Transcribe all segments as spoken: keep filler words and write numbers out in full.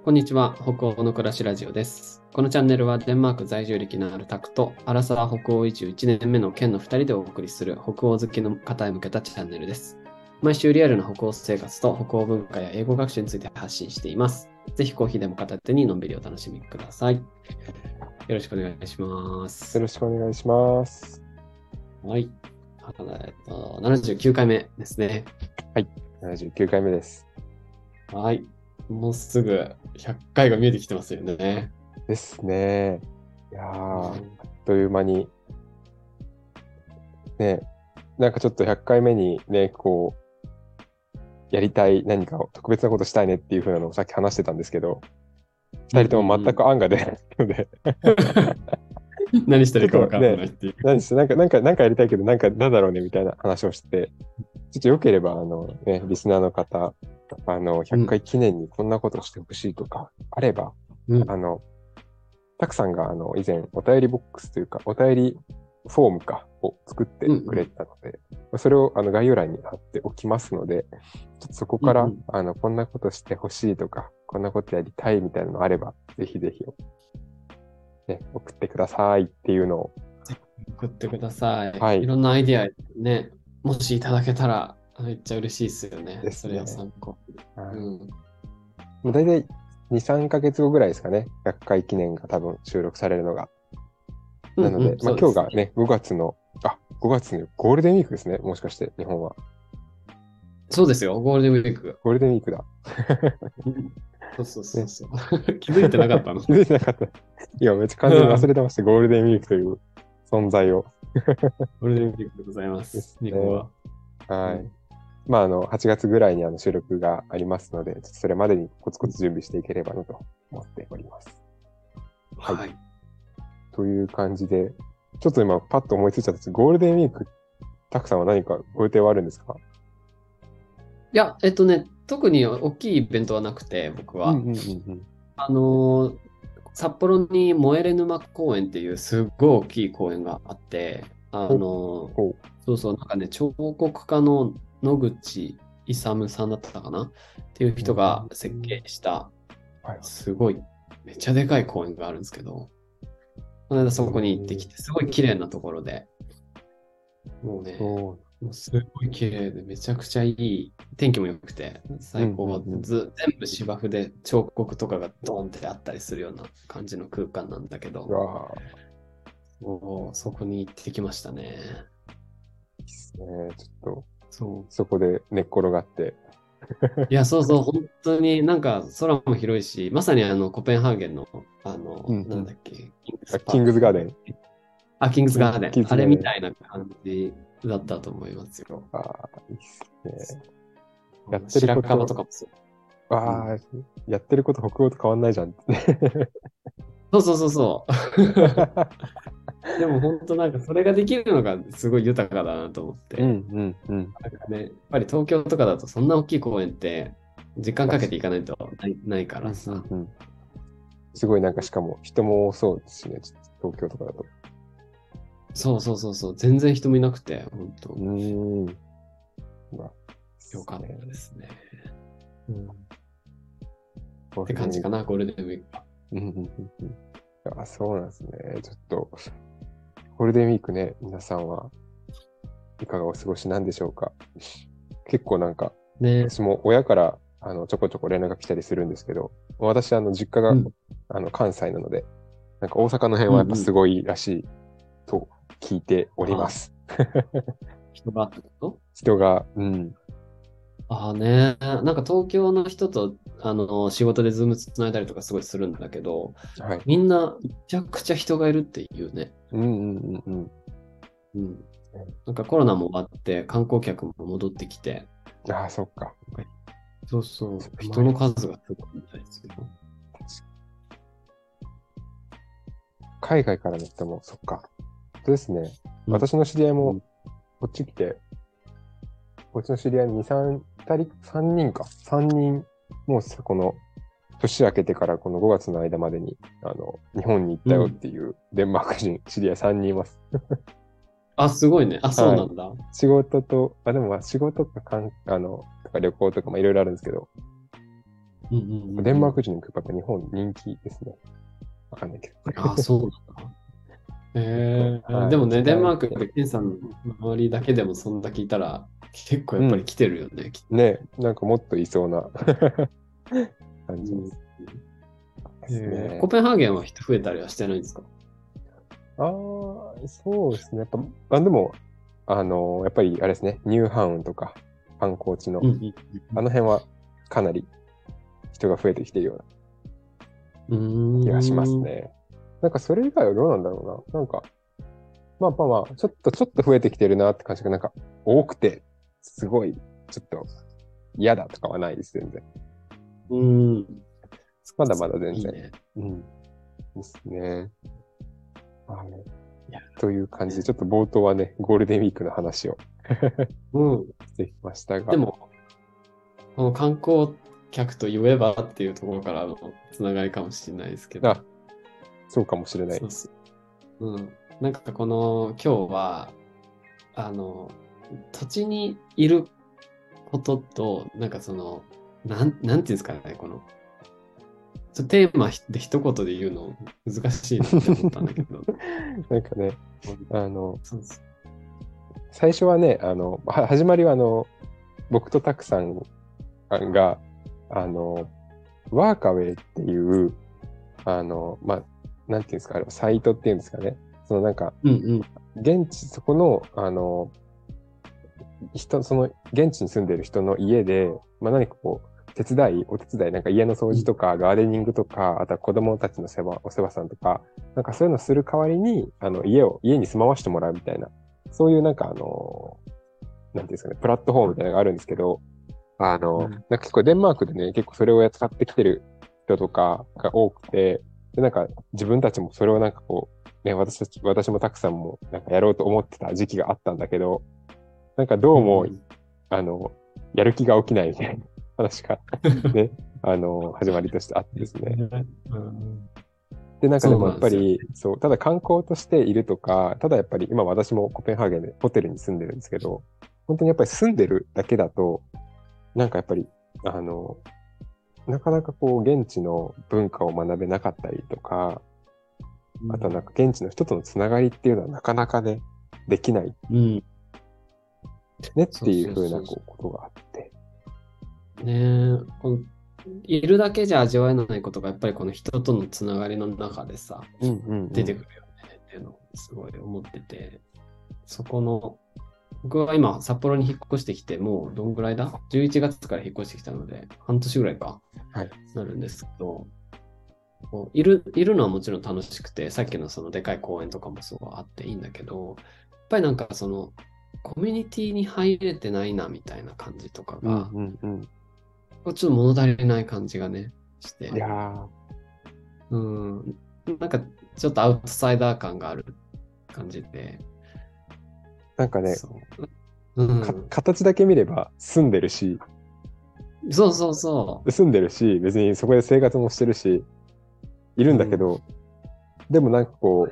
こんにちは、北欧の暮らしラジオです。このチャンネルはデンマーク在住歴のあるタクと、アラサー北欧移住いちねんめの県のふたりでお送りする北欧好きの方へ向けたチャンネルです。毎週リアルな北欧生活と北欧文化や英語学習について発信しています。ぜひコーヒーでも片手にのんびりお楽しみください。よろしくお願いします。 よろしくお願いします。 はい。えっと、ななじゅうきゅうかいめですね。 はい、ななじゅうきゅうかいめです。 はい。もうすぐひゃっかいが見えてきてますよね。 ですね。いやー、 うんあっという間に、ね、なんかちょっとひゃっかいめにね、こう、やりたい何かを特別なことしたいねっていう風なのをさっき話してたんですけど、ふたりとも全く案が出ないので、 何したらいいか分かんちょっとね、 ないっていう。 何して、なんか、なんか、なんかやりたいけど、なんか、なんだろうねみたいな話をしてて、ちょっとよければ、あのね、リスナーの方、あの、ひゃっかい記念にこんなことをしてほしいとか、あれば、 うん、 あの、たくさんがあの以前お便りボックスというかお便りフォームかを作ってくれたので、うんうん、それをあの概要欄に貼っておきますので、ちょっとそこから、うんうん、あのこんなことしてほしいとか、こんなことやりたいみたいなのあれば、ぜひぜひ、ね、送ってくださいっていうのを。 送ってください。 はい。 いろんなアイディアね、もしいただけたらめっちゃ嬉しいですよね。 ですね。 それを参考に。 はい、 うん、 もう大体に、さんかげつごぐらいですかね。ひゃっかい記念が多分収録されるのが。なので、うんうん、まあ、今日がね、ごがつの、あ、ごがつのゴールデンウィークですね。もしかして、日本は。 そうですよ、ゴールデンウィーク。 ゴールデンウィークだ。 そうそうそうそう、ね。気づいてなかったの気づいてなかった。いや、めっちゃ完全に忘れてました。ゴールデンウィークという存在を。 ゴールデンウィークでございます。ですね、日本は。 はい。うん、まあ、あの、はちがつぐらいにあの収録がありますので、それまでにコツコツ準備していければなと思っております。はい。はい、という感じで、ちょっと今パッと思いついちゃったんです。ゴールデンウィーク、たくさんは何かご予定はあるんですか？ いや、えっとね、特に大きいイベントはなくて、僕は。うんうんうんうん、あのー、札幌に燃えれ沼公園っていうすっごい大きい公園があって、あのー、そうそう、なんかね、彫刻家の野口勇さんだったかなっていう人が設計した、すごい、めっちゃでかい公園があるんですけど、この間そこに行ってきて、すごい綺麗なところで、もうね、もうすごい綺麗で、めちゃくちゃいい、天気も良くて、最高、うんうんうん、ず全部芝生で彫刻とかがドーンってあったりするような感じの空間なんだけど、もうそこに行ってきましたね。 いいっすね、ちょっと、 そうそこで寝っ転がって。 いや、そうそう、本当になんか空も広いし、まさにあのコペンハーゲンの、あの、うんうん、なんだっけ、 キングスキングズガーデン。 あ、キングスガーデン。あれみたいな感じだったと思いますよ。 ああ、いいっすね。 やってること。白樺とかもそう。 ああ、うん、やってること北欧と変わんないじゃん。 そうそうそうそう。でも本当なんかそれができるのがすごい豊かだなと思って。 うんうんうん。 なんかね、やっぱり東京とかだとそんな大きい公園って時間かけていかないとない、ないからさ、うんうんうん。 すごいなんかしかも人も多そうですしね、東京とかだと。 そうそうそうそう、全然人もいなくて、本当。 うん。 まあ、よかったですね。 うん、 って感じかな、ゴールデンウィークは。 あ、そうなんですね。ちょっと、ゴールデンウィークね、皆さんはいかがお過ごしなんでしょうか。結構なんか、ね、私も親からあのちょこちょこ連絡が来たりするんですけど、私、あの実家が、うん、あの関西なので、なんか大阪の辺はやっぱすごいらしいと聞いております。 うんうん、人がってこと人が、うん。 ああね、なんか東京の人とあの仕事でズームつないだりとかすごいするんだけど、はい、みんなめちゃくちゃ人がいるっていうね。 うんうんうんうん。 うん、なんかコロナも終わって観光客も戻ってきて。 ああ、そっか。 そうそう、人の数がすごいみたいですよ。 海外からの人も、そっか。そうですね。うん、私の知り合いもこっち来て、こっちの知り合いにさん、ふたり、さんにんか。さんにん、もうこの、年明けてからこのごがつの間までに、あの、日本に行ったよっていうデンマーク人、知り合いさんにんいます。 あ、すごいね。あ、そうなんだ。はい、 仕事と、あ、でも仕事とかかん、あの、とか旅行とかもいろいろあるんですけど、 うんうんうんうん、 デンマーク人のやっぱ日本人気ですね。わかんないけど。 ああ、そうなんだ。えー、 はい、 でもね、デンマーク行きたいって。 でケンさんの周りだけでもそんだけいたら、結構やうん。 っぱり来てるよね。 ね、なんかもっといそうな感じうん、 ですえー、コね。 ペンハーゲンは人増えたりはしてないんですか？ ああ、そうですね。やっぱ、あ、でも、あの、やっぱりあれですね、ニューハウンとか、観光地の、 うんうんあの辺はかなり人が増えてきているようなうん。 気がしますうーん。 ね。なんかそれ以外はどうなんだろうな。なんか、まあまあまあ、ちょっとちょっと増えてきてるなって感じが、なんか多くて、すごい、ちょっと嫌だとかはないです、全然。 うん。 まだまだ全然。 いいね。 うん。ですね。はい。 いや、 という感じで、 ね、 ちょっと冒頭はね、ゴールデンウィークの話をうん。 してきましたが。 でも、この観光客と言えばっていうところからのつながりかもしれないですけど。 あ、そうかもしれない。 そうそう。うん。なんかこの今日は、あの、土地にいることと、なんかその、なん、なんていうんですかね、この、ちょテーマで一言で言うの難しいなって思ったんだけど。 なんかね、 うん、 あの、 そうそう。 最初はね、あの、は始まりはあの、僕とたくさんが、あの、ワーカウェイっていう、あの、まあ、なんていうんですか、あれサイトっていうんですかね。そのなんか、 うんうん。 現地、そこの、あの、人、その現地に住んでる人の家で、まあ、何かこう、手伝い、お手伝い、なんか家の掃除とか、ガーデニングとか、あとは子供たちの世話、お世話さんとか、なんかそういうのする代わりに、あの、家を、家に住まわしてもらうみたいな、そういうなんかあの、なんていうんですかね、プラットフォームみたいなのがあるんですけど、あの、なんうんか結構デンマークでね、結構それを使ってきてる人とかが多くて、で、なんか自分たちもそれをなんかこう、ね、私たち、私もたくさんもなんかやろうと思ってた時期があったんだけど、なんかどうも、 うんあの、やる気が起きないみたいな話がね、あの、始まりとしてあってですね。 うん。 で、なんかでもそうなんですよ。 やっぱり、そう、ただ観光としているとか、ただやっぱり今私もコペンハーゲンでホテルに住んでるんですけど、本当にやっぱり住んでるだけだと、なんかやっぱり、あの、なかなかこう、現地の文化を学べなかったりとか、あとはなんか現地の人とのつながりっていうのはなかなかね、できないうん。 ねっそうていうふうなそうそうそこうことがあって。 う。ねえ、このいるだけじゃ味わえないことがやっぱりこの人とのつながりの中でさ、 うんうんうん。 出てくるよねっていうのをすごい思ってて、そこの、僕は今札幌に引っ越してきて、もうどんぐらいだ ?じゅういち 月から引っ越してきたので、半年ぐらいか、 はい。 なるんですけど、こういる、いるのはもちろん楽しくて、さっきのそのでかい公園とかもすごいあっていいんだけど、やっぱりなんかその、コミュニティに入れてないなみたいな感じとかうんが、 うんうん。 ちょっと物足りない感じがね、しいて、 やー、 うん、なんかちょっとアウトサイダー感がある感じで、 なんかね、 そう。うか、 ん。 形だけ見れば住んでるし、 そうそうそ住んでるし、別にそこで生活もしてるし、いるう。 んだけど、でもなんかこ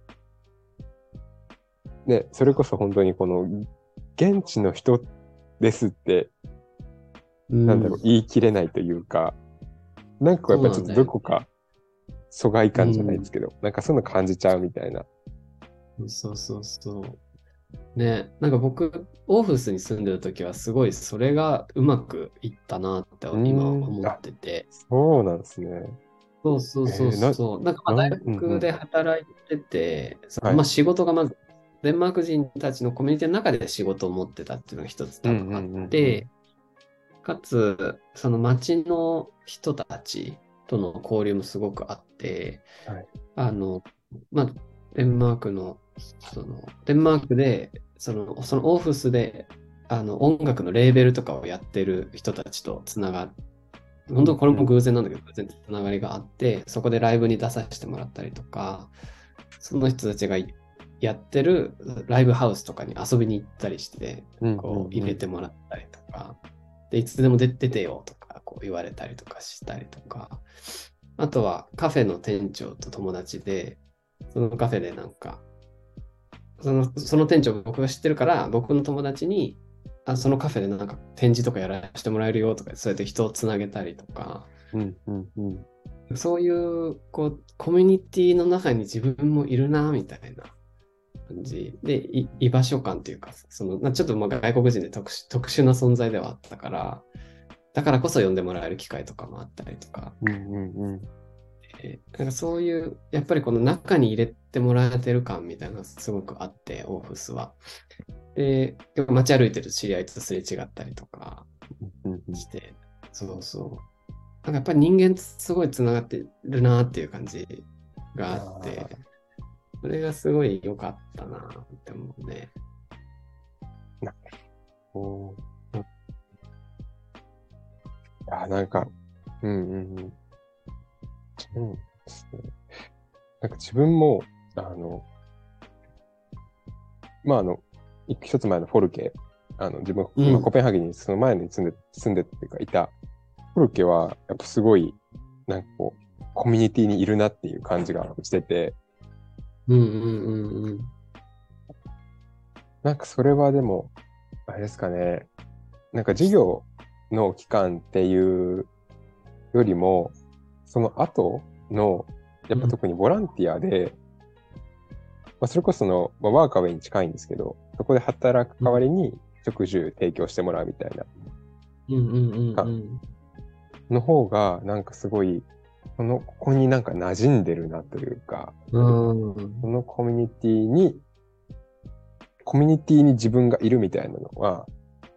う、ね、それこそ本当にこの、現地の人ですって、 うん。 なんだろう、 うん。 言い切れないというか、なんかこうやっぱりちょっとそうなんだよ。 どこか疎外う感じゃないでん。 すけど、なんかそういうの感じちゃうみたいな。 そうそうそう。ね、なんか僕、オフィスに住んでる時はすごいそれがうまくいったなってうー今ん、 思っあ、 てて。 そうなんですね。 そうそうそうえー、な、 そう。なんかまあ大なん、うんうん。 学で働いてて、そのはい。 まあ仕事がまず、デンマーク人たちのコミュニティの中で仕事を持ってたっていうのが一つうんう多分あっんうんうん。 て、かつ、その町の人たちとの交流もすごくあって、 はい。 あの、まあ、デンマークの、その、デンマークで、その、そのオフィスで、あの、音楽のレーベルとかをやってる人たちとつながる。本当これもうんうん。 偶然なんだけど、偶然つながりがあって、そこでライブに出させてもらったりとか、その人たちがやってるライブハウスとかに遊びに行ったりして、 うんうこう入んうん。 れてもらったりとか、で、いつでも出出てよとかこう言われたりとかしたりとか、あとはカフェの店長と友達で、そのカフェでなんか、そのその店長僕が知ってるから、僕の友達に、あそのカフェでなんか展示とかやらせてもらえるよとか、そうやって人をつなげたりとか、 うんうんうん、 そういうこうコミュニティの中に自分もいるなみたいな感じで、い居場所感というか、そのちょっとまあ外国人で特殊、特殊な存在ではあったから、だからこそ呼んでもらえる機会とかもあったりとか、 うんうんうん、 えーなんかそういう、やっぱりこの中に入れてもらえてる感みたいなのがすごくあって、オーフスは。で、街歩いてる知り合いとすれ違ったりとかして、そうそう。なんかやっぱり人間とすごいつながってるなっていう感じがあって、それがすごい良かったなって思うね。 なおー、あ、なんか、うんうんうん。そうですね。なんか自分も、あの、まあ、あの、一つ前のフォルケ、あの、自分、今、コペンハーゲンにその前に住んで、住んでっていうか、いた、フォルケは、やっぱすごい、なんかこう、コミュニティにいるなっていう感じがしてて、 うんうんうんうん。 なんかそれはでも、あれですかね、なんか授業の期間っていうよりも、その後の、やっぱ特にボランティアで、まあ、それこその、まあ、ワーカーウェイに近いんですけど、そこで働く代わりに食事提供してもらうみたいな、 うんうんうんうん、 の方が、なんかすごい、この、ここになんか馴染んでるなというか、 うん、 このコミュニティに、コミュニティに自分がいるみたいなのは、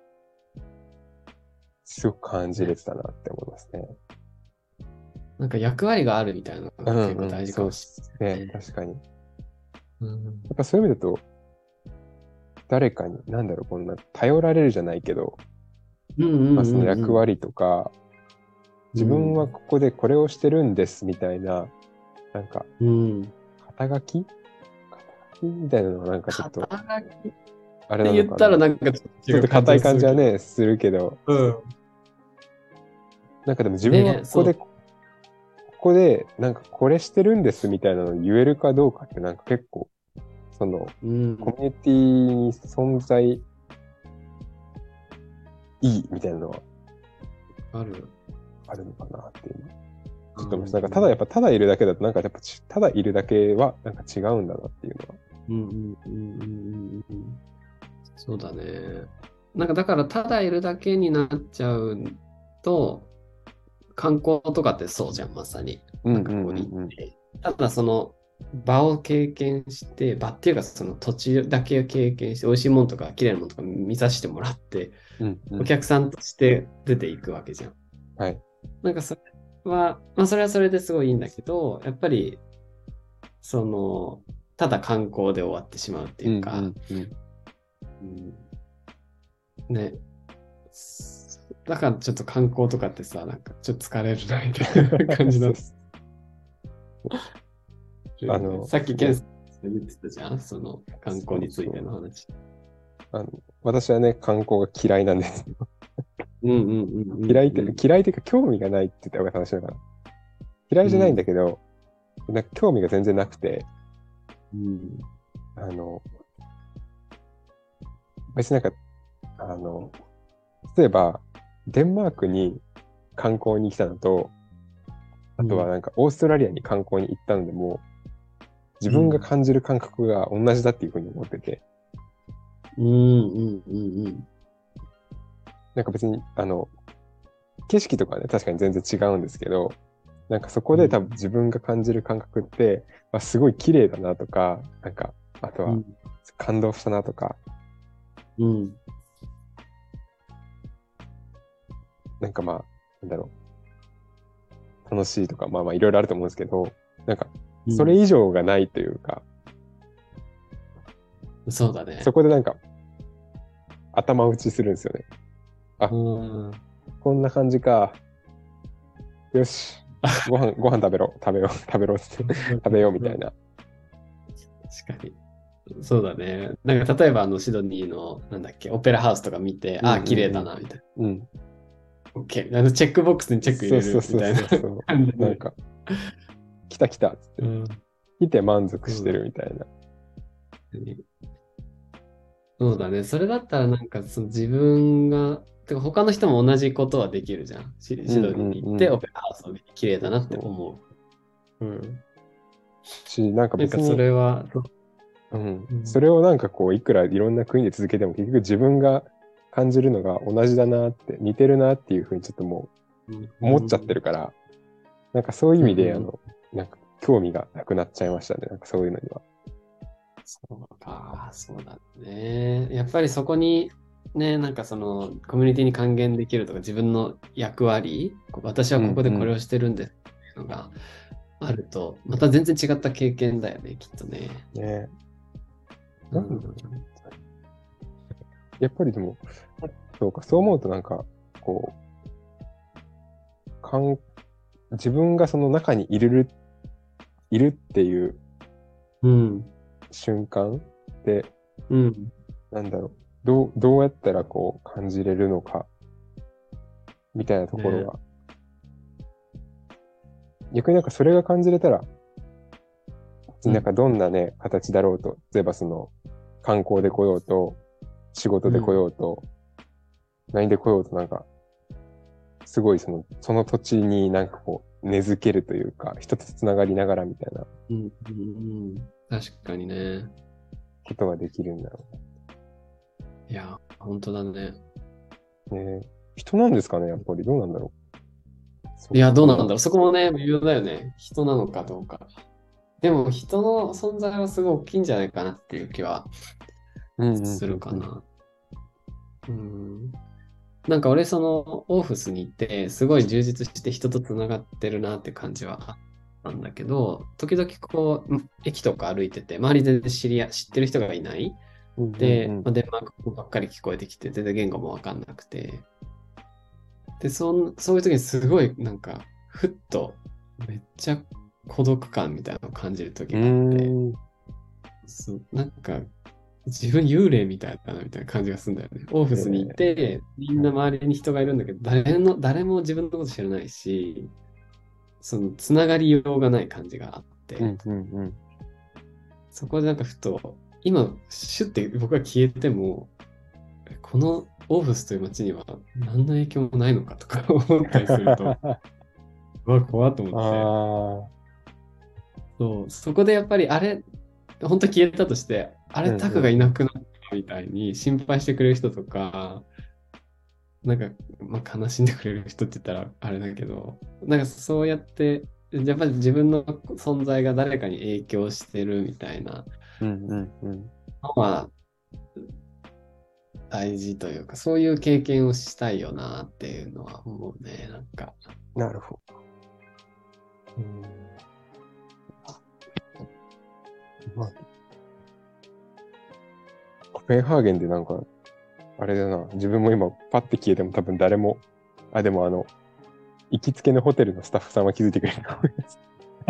すごく感じれてたなって思いますね。 なんか役割があるみたいなのが結構大事かもしれない、 うんうん、そうですね。確かに。 うん、 やっぱそういう意味だと、誰かに、なんだろう、こんな頼られるじゃないけど、 うんうんうんうん、 まあ、その役割とか、自分はうん、 ここでこれをしてるんですみたいな、なんか、 うん、 肩書き肩書きみたいなのがなんかちょっと、 肩書きっあれてなのかな。 言ったらなんかちょっとちょっ違う感じと硬いがするけど。 感じはね、するけど、 うん。 なんかでも自分はね、 ここで、 そう。 ここで、なんかこれしてるんですみたいなのを言えるかどうかってなんか結構、その、 うん、 コミュニティに存在いいみたいなのはある。 あるのかなっていう。ちょっとうん、 なんかただやっぱただいるだけだとなんかやっぱただいるだけはなんか違うんだなっていうのは。 うんうんうんうんうん、そうだね。なんかだからただいるだけになっちゃうと、観光とかってそうじゃん、まさに。なんかここに行って。ただその場を経験して、場っていうかその土地だけを経験して、美味しいものとか綺麗なものとか見させてもらって、 うんうん、 お客さんとして出ていくわけじゃん。 はい。 なんかそれは、まあそれはそれですごいいいんだけど、やっぱり、その、ただ観光で終わってしまうっていうか、 うんうんうん、ね。だからちょっと観光とかってさ、なんかちょっと疲れるなみたいな感じの。あのさっきケンさん言ってたじゃん、その観光についての話。 そうそうあの私はね、観光が嫌いなんですよ。 うんうんうんうん、 嫌いって、嫌いっていうか興味がないって言った方が正しいのかな。嫌いじゃないんだけど、うん、なんか興味が全然なくて、 うん、 あの、別になんか、あの、例えば、デンマークに観光に来たのと、あとはなんかオーストラリアに観光に行ったのでも、自分が感じる感覚が同じだっていうふうに思ってて。 うんうんうんうん。 なんか別に、あの、景色とかはね、確かに全然違うんですけど、なんかそこで多分自分が感じる感覚って、まあ、すごい綺麗だなとか、なんか、あとは感動したなとか、 うん、 なんかまあ、なんだろう、楽しいとか、まあまあいろいろあると思うんですけど、なんか、それ以上がないというか、 うん、そうだね。 そこでなんか、頭打ちするんですよね。あ、 うん、 こんな感じか。よし、ご飯、ご飯食べろ、食べよう、食べろって食べようみたいな。 確かに。そうだね。なんか例えばあのシドニーのなんだっけ、オペラハウスとか見て、ああ、綺麗だな、みたいな。 うん。 オッケー。あのチェックボックスにチェック入れるみたいな感じで。 なんか、来た来たっつって、うん、来て満足してるみたいな。 そうだね。それだったらなんかその自分が、てか他の人も同じことはできるじゃん。シシドニーに行ってオペラハウスを見て綺麗だなってそうそ思う。うん。 う。し、なんかなんかそ別に、 れは、 うん、 うん、 それをなんかこう、いくらいろんな国で続けても結局自分が感じるのが同じだなって、似てるなっていうふうにちょっともうん、 う思っちゃってるから、なんかそういう意味で、あうん、 の、なんか興味がなくなっちゃいましたね。なんかそういうのには。 そうか、そうだね。やっぱりそこに、ね、なんかそのコミュニティに還元できるとか自分の役割、こう私はここでこれうんをしてるんですっていうのがあると、また全然違った経験だよね、きっとね。 うん。ね。 うなんだろう。 ん、 やっぱりでも、そうか、そう思うとなんか、こう、かん、自分がその中にいる、いるっていううん、 瞬間って、 うん、 なんだろう、どう、どうやったらこう感じれるのか、みたいなところね、 は、逆になんかそれが感じれたら、 うん、 なんかどんなね、形だろうと、例えばその、観光で来ようと、仕事で来うん、 ようと、何で来ようとなんか、すごいその、その土地になんかこう、根付けるというか、一つつながりながらみたいなうん、うん、うん、確かにね。 ことができるんだろいや、本当だね。 うね。人なんですかね、やっぱり。どうなんだろう。そいや、どうこは。 なんだろう。そこもね、微妙だよね。人なのかどうか。でも、人の存在はすごい大きいんじゃないかなっていう気はうんうんすうんうん。 るかな。うん。なんか俺、その、オフィスに行って、すごい充実して人とつながってるなって感じはあったんだけど、時々こう、駅とか歩いてて、周り全然知り合い、知ってる人がいない。 うんうんうで、 ん。 まあ、デンマーク語ばっかり聞こえてきて、全然言語もわかんなくて、で、そん、そういう時にすごい、なんか、ふっと、めっちゃ孤独感みたいなのを感じるうー時があって、 ん。 そう、なんか、自分幽霊みたいだなみたいな感じがするんだよね。オフィスにいえて、みー、 んなはい。 周りに人がいるんだけど、誰の、誰も自分のこと知らないし、その、つながりようがない感じがあって、 うんうんうん。 そこでなんかふと、今、シュッて僕が消えても、このオフィスという街には何の影響もないのかとか思ったりすると、うわ、怖っと思って。 ああ。 そう、そこでやっぱりあれ、本当消えたとして、あうれ、タクがいんうんうん。 なくなったみたいに心配してくれる人とか、なんか、まあ、悲しんでくれる人って言ったらあれだけど、なんかそうやって、やっぱり自分の存在が誰かに影響してるみたいなうんうんうん。 のは大事というか、そういう経験をしたいよなっていうのは思うね、なんか。 なるほど。うん。まあ、コペンハーゲンでなんか、あれだな。自分も今、パッて消えても多分誰も、あ、でもあの、行きつけのホテルのスタッフさんは気づいてくれると思います。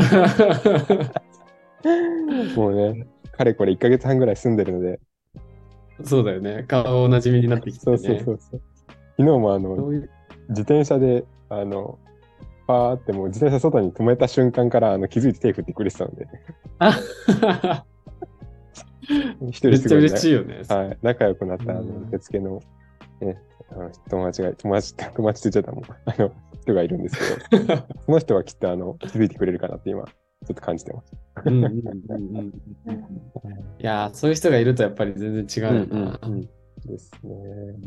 もうね、かれこれいっかげつはんぐらい住んでるので、 そうだよね。顔おなじみになってきそうそうてね。 そうそう。昨日もあの、 そういう。 自転車で、あの、パーってもう自転車外に止めた瞬間からあの気づいて手振ってくれてたので、 あ一人めっちゃすごいな、 嬉しいよね。 はい、仲良くなっうたあの受ん。 付の、ね、あの友達が、友達、友達って言っちゃったもん、あの人がいるんですけど、その人はきっとあの気づいてくれるかなって今、ちょっと感じてます。 うんうんうんうんうん。いやー、そういう人がいるとやっぱり全然違うんうよな。 うんうん。ですね。 うん、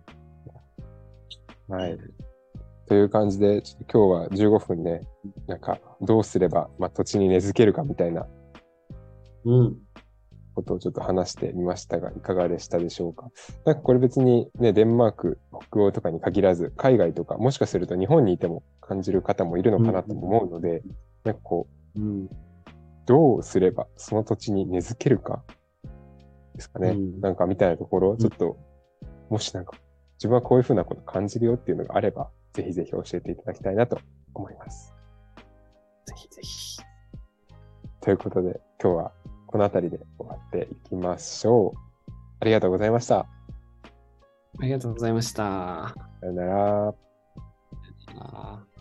はい。という感じで、ちょっと今日はじゅうごふんね、なんか、どうすれば、まあ、土地に根付けるかみたいなうん。 ことをちょっと話してみましたが、いかがでしたでしょうか。なんかこれ別にね、デンマーク、北欧とかに限らず、海外とか、もしかすると日本にいても感じる方もいるのうん。 かなとも思うので、なんかこう、 うん。 どうすればその土地に根付けるかですかね。 うん。 なんかみたいなところ、ちょっと、もしなんか、自分はこういうふうなこと感じるよっていうのがあれば、ぜひぜひ教えていただきたいなと思います。 ぜひぜひ。 ということで、今日はこの辺りで終わっていきましょう。ありがとうございました。 ありがとうございました。 さよなら。 あー